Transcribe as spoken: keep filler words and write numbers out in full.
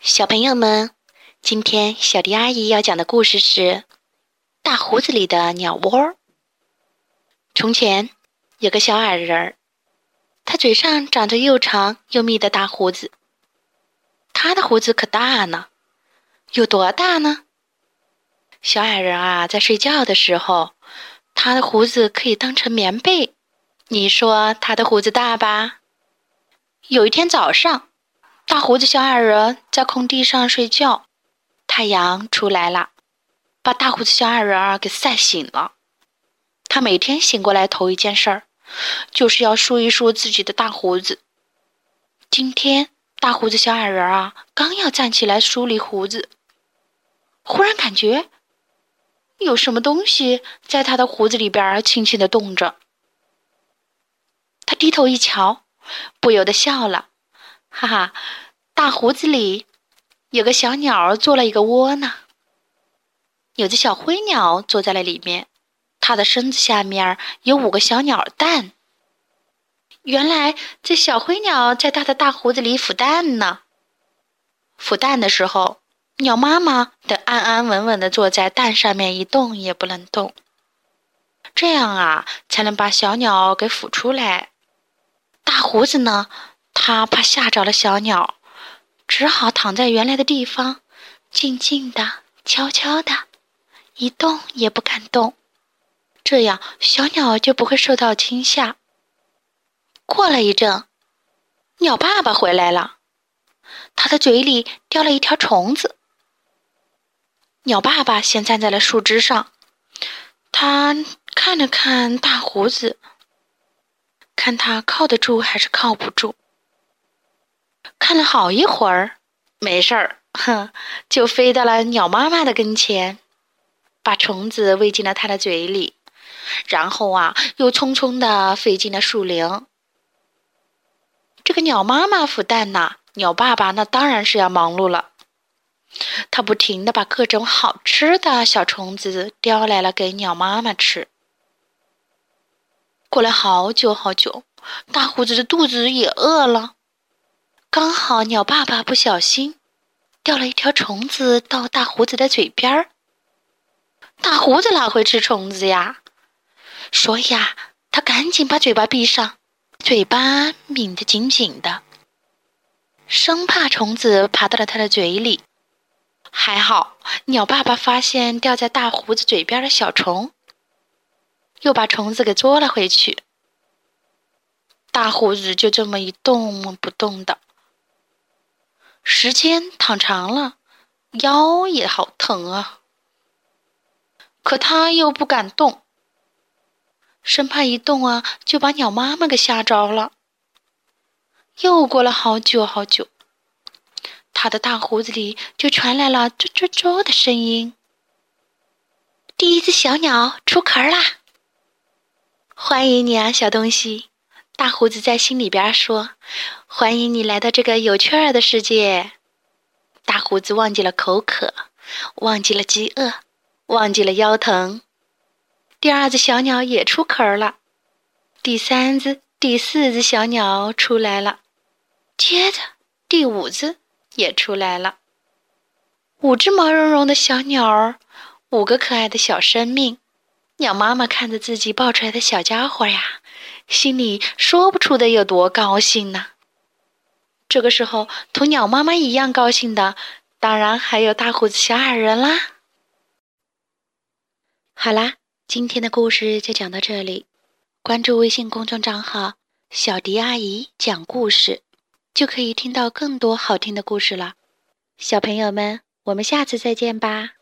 小朋友们，今天小迪阿姨要讲的故事是《大胡子里的鸟窝》。从前有个小矮人儿，他嘴上长着又长又密的大胡子。他的胡子可大呢，有多大呢？小矮人啊，在睡觉的时候，他的胡子可以当成棉被。你说他的胡子大吧？有一天早上，大胡子小矮人在空地上睡觉，太阳出来了，把大胡子小矮人儿给晒醒了。他每天醒过来头一件事儿，就是要梳一梳自己的大胡子。今天大胡子小矮人啊，刚要站起来梳理胡子，忽然感觉有什么东西在他的胡子里边轻轻地动着。他低头一瞧，不由得笑了，哈哈，大胡子里有个小鸟做了一个窝呢。有只小灰鸟坐在了里面，它的身子下面有五个小鸟蛋。原来这小灰鸟在它的大胡子里孵蛋呢。孵蛋的时候，鸟妈妈得安安稳稳地坐在蛋上面，一动也不能动，这样啊才能把小鸟给孵出来。大胡子呢，他怕吓着了小鸟，只好躺在原来的地方，静静的悄悄的，一动也不敢动，这样小鸟就不会受到惊吓。过了一阵，鸟爸爸回来了，他的嘴里叼了一条虫子。鸟爸爸先站在了树枝上，他看了看大胡子，看他靠得住还是靠不住。看了好一会儿，没事儿，哼，就飞到了鸟妈妈的跟前，把虫子喂进了它的嘴里，然后啊，又匆匆地飞进了树林。这个鸟妈妈孵蛋呐，鸟爸爸那当然是要忙碌了。他不停地把各种好吃的小虫子叼来了给鸟妈妈吃。过了好久好久，大胡子的肚子也饿了。刚好鸟爸爸不小心掉了一条虫子到大胡子的嘴边儿。大胡子哪会吃虫子呀？所以啊，他赶紧把嘴巴闭上，嘴巴抿得紧紧的，生怕虫子爬到了他的嘴里。还好鸟爸爸发现掉在大胡子嘴边的小虫，又把虫子给捉了回去。大胡子就这么一动不动的，时间躺长了，腰也好疼啊。可他又不敢动，生怕一动啊就把鸟妈妈给吓着了。又过了好久好久，他的大胡子里就传来了啾啾啾的声音。第一只小鸟出壳啦！欢迎你啊，小东西！大胡子在心里边说，欢迎你来到这个有趣儿的世界。大胡子忘记了口渴，忘记了饥饿，忘记了腰疼。第二只小鸟也出壳了，第三只、第四只小鸟出来了，接着第五只也出来了。五只毛茸茸的小鸟儿，五个可爱的小生命。鸟妈妈看着自己抱出来的小家伙呀，心里说不出的有多高兴呢。这个时候，同鸟妈妈一样高兴的，当然还有大胡子小矮人啦。好啦，今天的故事就讲到这里。关注微信公众账号“小迪阿姨讲故事”，就可以听到更多好听的故事了。小朋友们，我们下次再见吧。